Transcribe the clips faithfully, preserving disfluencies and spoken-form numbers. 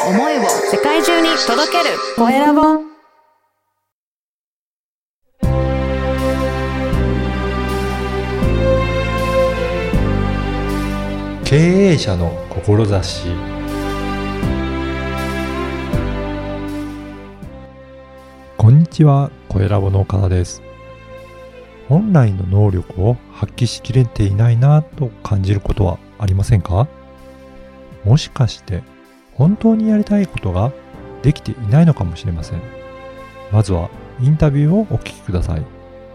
思いを世界中に届けるコエラボ。 経営者の志。こんにちは、コエラボの岡田です。本来の能力を発揮しきれていないなと感じることはありませんか？もしかして本当にやりたいことができていないのかもしれません。まずはインタビューをお聞きください。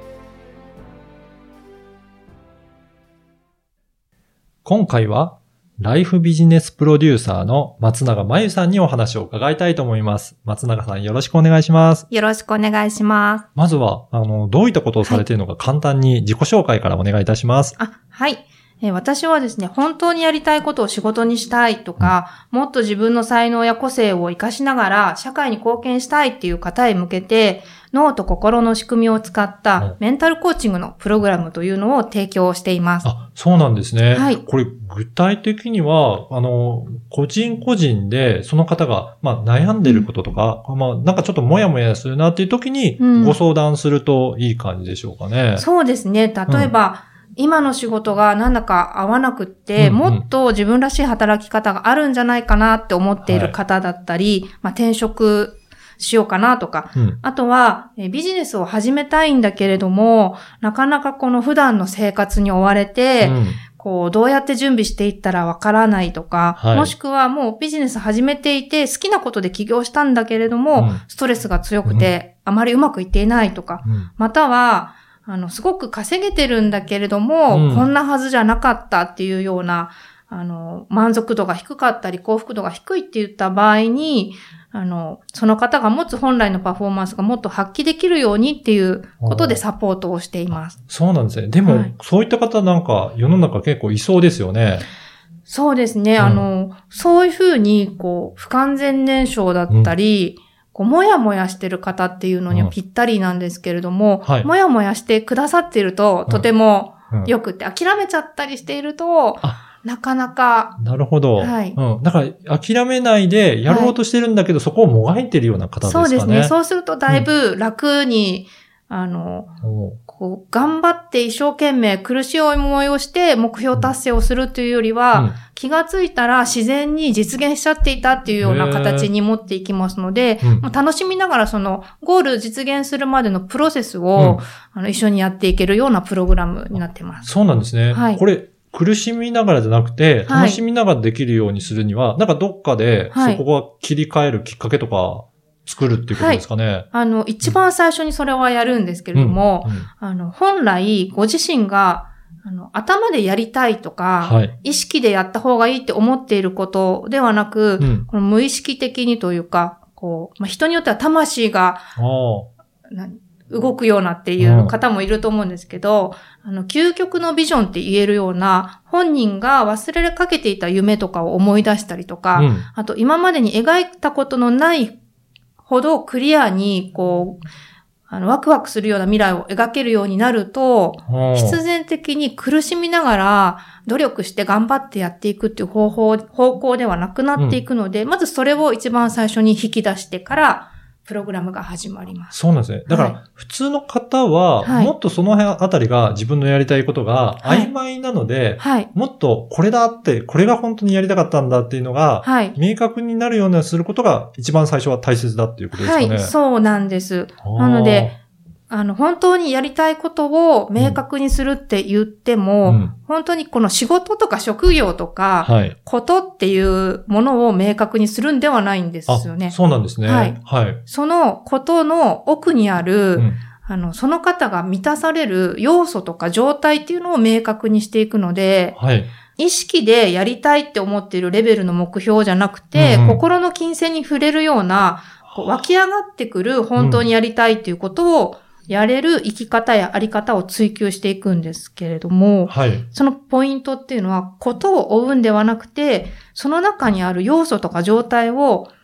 今回はライフビジネスプロデューサーの松永真由さんにお話を伺いたいと思います。松永さん、よろしくお願いします。 よろしくお願いします。 まずは、あの、どういったことをされているのか、簡単に自己紹介からお願いいたします。 あ、はい。えー、私はですね、本当にやりたいことを仕事にしたいとか、うん、もっと自分の才能や個性を活かしながら社会に貢献したいっていう方へ向けて、脳と心の仕組みを使ったメンタルコーチングのプログラムというのを提供しています。 あ、そうなんですね。 はい。 これ具体的には、あの、個人個人でその方が、まあ、悩んでることとか、うん、まあ、なんかちょっともやもやするなっていう時にご相談するといい感じでしょうかね。 うん、そうですね。例えば、うん、今の仕事がなんだか合わなくって、うんうん、もっと自分らしい働き方があるんじゃないかなって思っている方だったり、はい、まあ、転職しようかなとか、うん、あとはビジネスを始めたいんだけれども、なかなかこの普段の生活に追われて、うん、こうどうやって準備していったらわからないとか、はい、もしくはもうビジネス始めていて好きなことで起業したんだけれども、うん、ストレスが強くて、うん、あまりうまくいっていないとか、うん、またはあのすごく稼げてるんだけれども、うん、こんなはずじゃなかったっていうようなあの満足度が低かったり幸福度が低いって言った場合に、あの、その方が持つ本来のパフォーマンスがもっと発揮できるようにっていうことでサポートをしています。 そうなんですね。でも、はい、そういった方なんか世の中結構いそうですよね。 そうですね。うん、あの、そういうふうに、こう、不完全燃焼だったり、うん、こう、もやもやしてる方っていうのにはぴったりなんですけれども、うんはい、もやもやしてくださっていると、とてもよくって、うん、諦めちゃったりしていると、なかなか。 なるほど。はい。うん。だから諦めないでやろうとしてるんだけど、はい、そこをもがいてるような方ですかね。 そうですね。そうするとだいぶ楽に、うん、あの、こう、頑張って一生懸命苦しい思いをして目標達成をするというよりは、うん、気がついたら自然に実現しちゃっていたっていうような形に持っていきますので、うん、楽しみながらそのゴール実現するまでのプロセスを、うん、あの一緒にやっていけるようなプログラムになってます。 そうなんですね。はい。これ、苦しみながらじゃなくて、楽しみながらできるようにするには、はい、なんかどっかで、そこが切り替えるきっかけとか、作るっていうことですかね。はい、 あの、一番最初にそれはやるんですけれども、うんうん、あの、本来、ご自身が、あの、頭でやりたいとか、はい、意識でやった方がいいって思っていることではなく、うん、この無意識的にというか、こう、まあ、人によっては魂が、何動くようなっていう方もいると思うんですけど、うん、あの、究極のビジョンって言えるような、本人が忘れかけていた夢とかを思い出したりとか、うん、あと今までに描いたことのないほどクリアに、こう、あの、ワクワクするような未来を描けるようになると、必然的に苦しみながら努力して頑張ってやっていくっていう方法、方向ではなくなっていくので、うん、まずそれを一番最初に引き出してから、プログラムが始まります。 そうなんですね。だから、はい、普通の方は、はい、もっとその辺あたりが自分のやりたいことが曖昧なので、はい、もっとこれだって、これが本当にやりたかったんだっていうのが、はい、明確になるようにすることが一番最初は大切だっていうことですかね。はい、 そうなんです。なので、あの、本当にやりたいことを明確にするって言っても、うん、本当にこの仕事とか職業とか、はい、ことっていうものを明確にするんではないんですよね。 あ、そうなんですね。はい。はい。 そのことの奥にある、うん、あの、その方が満たされる要素とか状態っていうのを明確にしていくので、はい。意識でやりたいって思っているレベルの目標じゃなくて、うんうん、心の金銭に触れるような、こう湧き上がってくる本当にやりたいっていうことを、うんやれる生き方やあり方を追求していくんですけれども、はい、そのポイントっていうのは、ことを追うんではなくて、その中にある要素とか状態を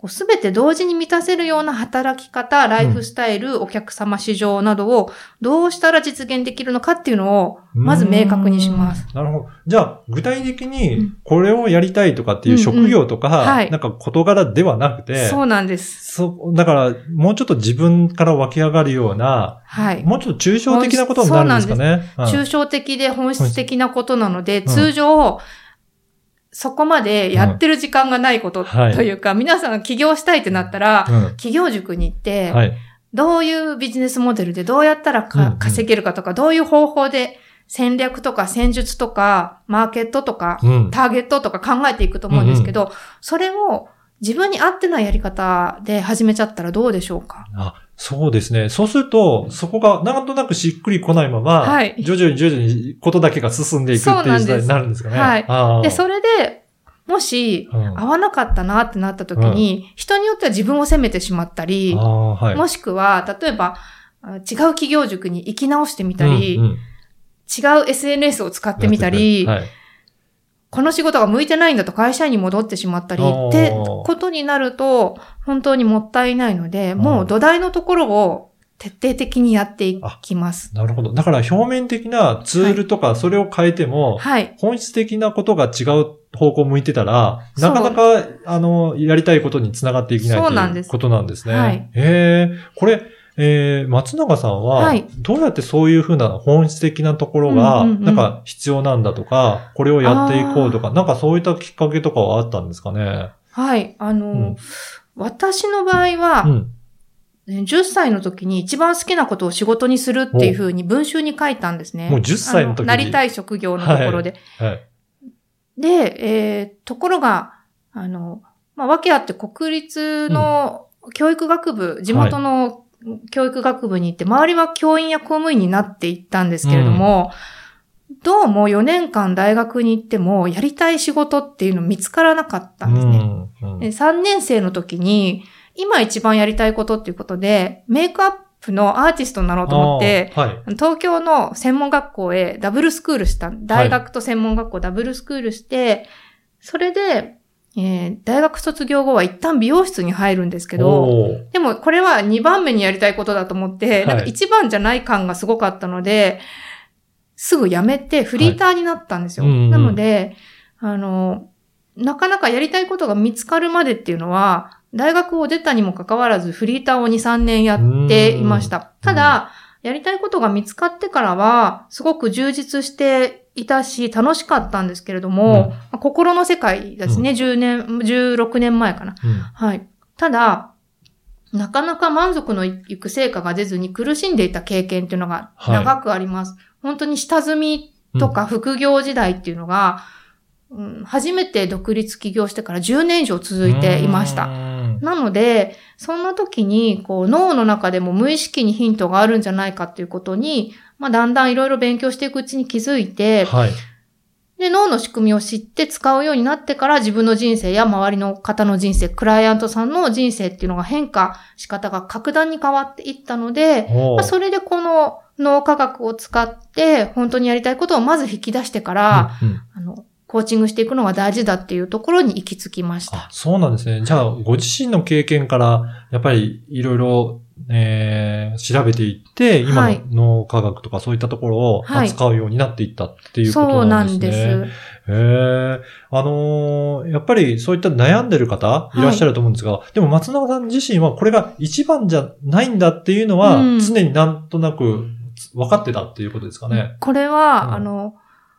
すべて同時に満たせるような働き方、ライフスタイル、うん、お客様市場などをどうしたら実現できるのかっていうのを、まず明確にします。 なるほど。じゃあ、具体的にこれをやりたいとかっていう職業とか、うんうんはい、なんか事柄ではなくて、 そうなんです。 そう、だから、もうちょっと自分から湧き上がるような、はい、もうちょっと抽象的なことになるんですかね。そうなんです。 うん、抽象的で本質的なことなので、うん、通常、そこまでやってる時間がないことというか、うんはい、皆さんが起業したいってなったら、うん、企業塾に行って、はい、どういうビジネスモデルでどうやったらか、うんうん、稼げるかとか、どういう方法で戦略とか戦術とか、マーケットとか、うん、ターゲットとか考えていくと思うんですけど、うんうん、それを自分に合ってないやり方で始めちゃったらどうでしょうか？ あ、そうですね。そうすると、そこがなんとなくしっくりこないまま、はい、徐々に徐々にことだけが進んでいくっていう時代になるんですかね。 はい。あで、それで、もし、合わなかったなってなった時に、うん、人によっては自分を責めてしまったり、はい、もしくは、例えば、違う企業塾に行き直してみたり、うんうん、違う エスエヌエス を使ってみたり、はい、この仕事が向いてないんだと会社員に戻ってしまったりってことになると、本当にもったいないので、もう土台のところを徹底的にやっていきます。 なるほど。だから表面的なツールとかそれを変えても、はい、本質的なことが違う方向を向いてたら、なかなか、あの、やりたいことにつながっていけないということなんですね。はい、へー。これ、えー、松永さんは、どうやってそういうふうな本質的なところが、なんか必要なんだとか、これをやっていこうとか、なんかそういったきっかけとかはあったんですかね？ はい。あの、うん、私の場合は、うんじゅっさいの時に一番好きなことを仕事にするっていうふうに文集に書いたんですね。 もうじゅっさいの時になりたい職業のところで。はいはい、で、えー、ところが、あの、まあ、わけあって国立の教育学部、うん、地元の教育学部に行って、周りは教員や公務員になっていったんですけれども、うん、どうもよねんかん大学に行ってもやりたい仕事っていうの見つからなかったんですね。うんうん、でさんねん生の時に、今一番やりたいことっていうことで、メイクアップのアーティストになろうと思って、はい、東京の専門学校へダブルスクールした。大学と専門学校ダブルスクールして、それで、えー、大学卒業後は一旦美容室に入るんですけど、でもこれはにばんめにやりたいことだと思って、なんかいちばんじゃない感がすごかったので、すぐ辞めてフリーターになったんですよ。はい、なので、あの、なかなかやりたいことが見つかるまでっていうのは、大学を出たにもかかわらずフリーターをに、さんねんやっていました。ただ、やりたいことが見つかってからは、すごく充実していたし、楽しかったんですけれども、うん、心の世界ですね、うん、じゅうねん、じゅうろくねんまえかな。うん、はい。ただ、なかなか満足のいく成果が出ずに苦しんでいた経験っていうのが長くあります。はい、本当に下積みとか副業時代っていうのが、うん、初めて独立起業してからじゅうねん以上続いていました。なので、そんな時に、こう、脳の中でも無意識にヒントがあるんじゃないかっていうことに、まあ、だんだんいろいろ勉強していくうちに気づいて、はい。で、脳の仕組みを知って使うようになってから自分の人生や周りの方の人生、クライアントさんの人生っていうのが変化仕方が格段に変わっていったので、まあ、それでこの脳科学を使って本当にやりたいことをまず引き出してから、うんうん、あの、コーチングしていくのが大事だっていうところに行き着きました。 あ、そうなんですね。じゃあ、ご自身の経験から、やっぱりいろいろ、えー、調べていって、今の脳科学とかそういったところを扱うようになっていったっていうことなんですね。そうなんです。へー。あのー、やっぱりそういった悩んでる方いらっしゃると思うんですが、はい、でも松永さん自身はこれが一番じゃないんだっていうのは、うん、常になんとなく分かってたっていうことですかね。 これは、うん、あの、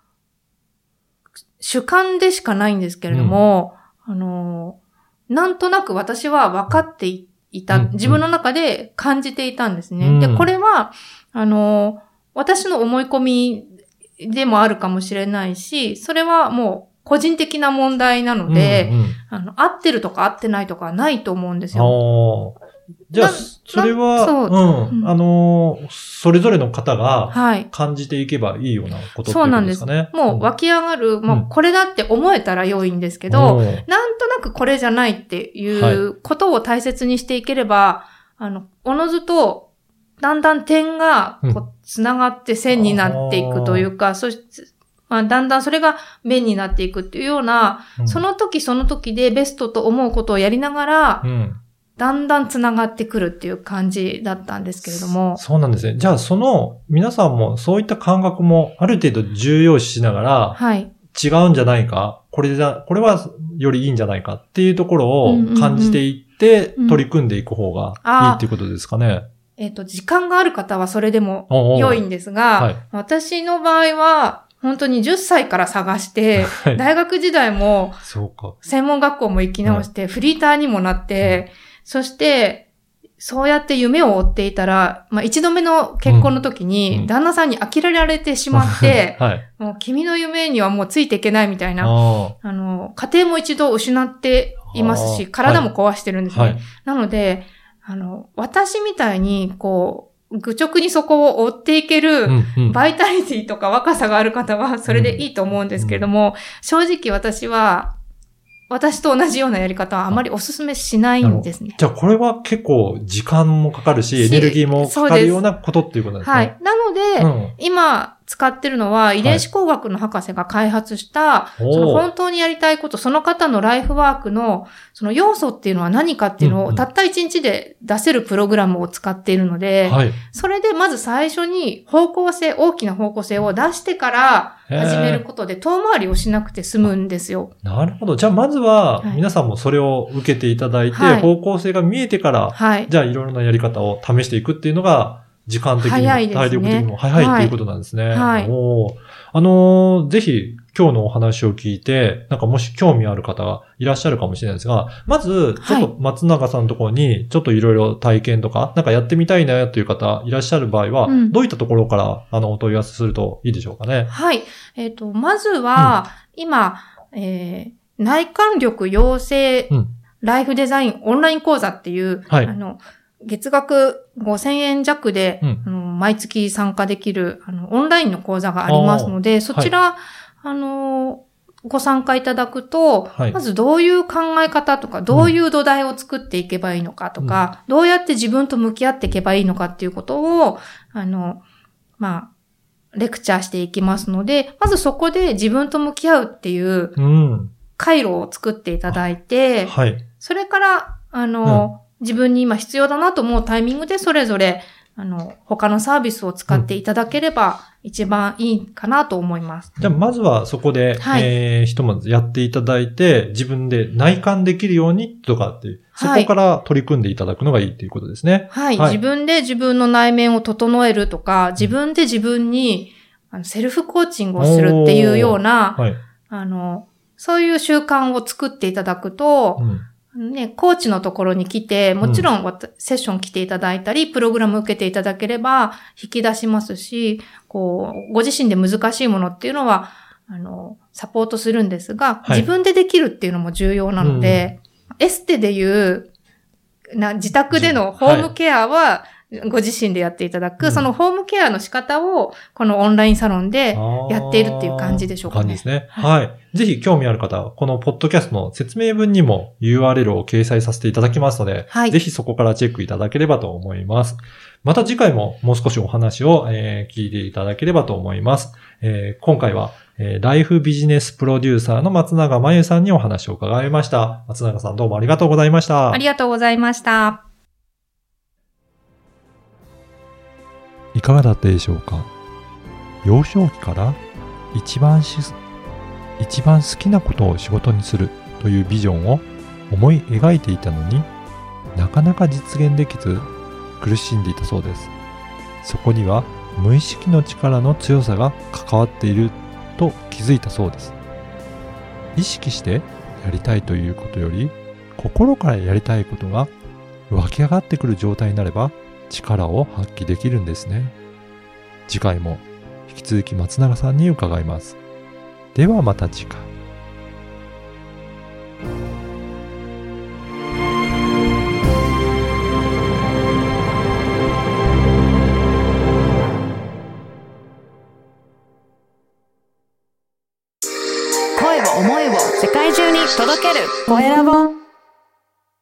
主観でしかないんですけれども、うん、あの、なんとなく私は分かっていた、うん、自分の中で感じていたんですね。うん、で、これは、あの、私の思い込みでもあるかもしれないし、それはもう個人的な問題なので、うんうん、あの、合ってるとか合ってないとかはないと思うんですよ。 じゃあ、それは、う、うん、うん、あのー、それぞれの方が感じていけばいいようなことってことですかね。そうなんです。 もう湧き上がる、うん、もうこれだって思えたら良いんですけど、うん、なんとなくこれじゃないっていうことを大切にしていければ、はい、あの、おのずと、だんだん点がこう、つながって線になっていくというか、うん、そして、 まあ、だんだんそれが便になっていくっていうような、うん、その時その時でベストと思うことをやりながら、うん、だんだんつながってくるっていう感じだったんですけれども。 そうなんですね。じゃあその皆さんもそういった感覚もある程度重要視しながら、はい、違うんじゃないか、これじゃ、これはよりいいんじゃないかっていうところを感じていって取り組んでいく方がいいっていうことですかね。うんうんえっと、時間がある方はそれでも良いんですが、はい、私の場合は、本当にじゅっさいから探して、はい、大学時代も、専門学校も行き直して、フリーターにもなって、はい、そして、そうやって夢を追っていたら、まあ一度目の結婚の時に、旦那さんに呆れられてしまって、うんはい、もう君の夢にはもうついていけないみたいな、あの、家庭も一度失っていますし、体も壊してるんですね。はいはい、なので、あの、私みたいに、こう、愚直にそこを追っていける、バイタリティとか若さがある方は、それでいいと思うんですけれども、正直私は、私と同じようなやり方はあまりお勧めしないんですね。 じゃあこれは結構時間もかかるし、エネルギーもかかるようなことっていうことなんですね。 はい。なので、うん、今使ってるのは遺伝子工学の博士が開発した、はい、その本当にやりたいこと、その方のライフワークのその要素っていうのは何かっていうのをたった一日で出せるプログラムを使っているので、はい、それでまず最初に方向性、大きな方向性を出してから始めることで遠回りをしなくて済むんですよ。 なるほど。じゃあまずは皆さんもそれを受けていただいて、はい、方向性が見えてから、はい、じゃあいろいろなやり方を試していくっていうのが時間的にも体力的にも早いっていうことなんですね。はい。おあのー、ぜひ今日のお話を聞いて、なんかもし興味ある方がいらっしゃるかもしれないですが、まず、ちょっと松永さんのところに、ちょっといろいろ体験とか、なんかやってみたいなという方いらっしゃる場合は、うん、どういったところから、あの、お問い合わせするといいでしょうかね。 はい。えっと、まずは、うん、今、えー、内観力養成、うん、ライフデザインオンライン講座っていう、はい、あの、月額ごせんえん弱で、うん、あの毎月参加できるあのオンラインの講座がありますので、そちら、はい、あの、ご参加いただくと、はい、まずどういう考え方とか、どういう土台を作っていけばいいのかとか、うん、どうやって自分と向き合っていけばいいのかっていうことを、あの、まあ、レクチャーしていきますので、まずそこで自分と向き合うっていう回路を作っていただいて、うんはい、それから、あの、うん自分に今必要だなと思うタイミングでそれぞれ、あの、他のサービスを使っていただければ一番いいかなと思います。 うん、じゃあまずはそこで、はい、えー、ひとまずやっていただいて、自分で内観できるようにとかっていう、そこから取り組んでいただくのがいいっていうことですね。 はい。はい、自分で自分の内面を整えるとか、自分で自分にあのセルフコーチングをするっていうような、はい、あの、そういう習慣を作っていただくと、うんね、コーチのところに来て、もちろん、うん、セッション来ていただいたり、プログラム受けていただければ引き出しますし、こう、ご自身で難しいものっていうのは、あの、サポートするんですが、はい、自分でできるっていうのも重要なので、うん、エステでいう、な、自宅でのホームケアは、ご自身でやっていただく、うん、そのホームケアの仕方を、このオンラインサロンでやっているっていう感じでしょうかね。 感じですね。はい。はい、ぜひ興味ある方は、このポッドキャストの説明文にも ユーアールエル を掲載させていただきますので、はい、ぜひそこからチェックいただければと思います。また次回ももう少しお話を、えー、聞いていただければと思います。えー、今回は、えー、ライフビジネスプロデューサーの松永真由さんにお話を伺いました。松永さんどうもありがとうございました。 ありがとうございました。 いかがだったでしょうか。幼少期から一番し、一番好きなことを仕事にするというビジョンを思い描いていたのになかなか実現できず苦しんでいたそうです。そこには無意識の力の強さが関わっていると気づいたそうです。意識してやりたいということより心からやりたいことが湧き上がってくる状態になれば力を発揮できるんですね。次回も引き続き松永さんに伺います。ではまた次回。 声を思いを世界中に届けるコエラボ。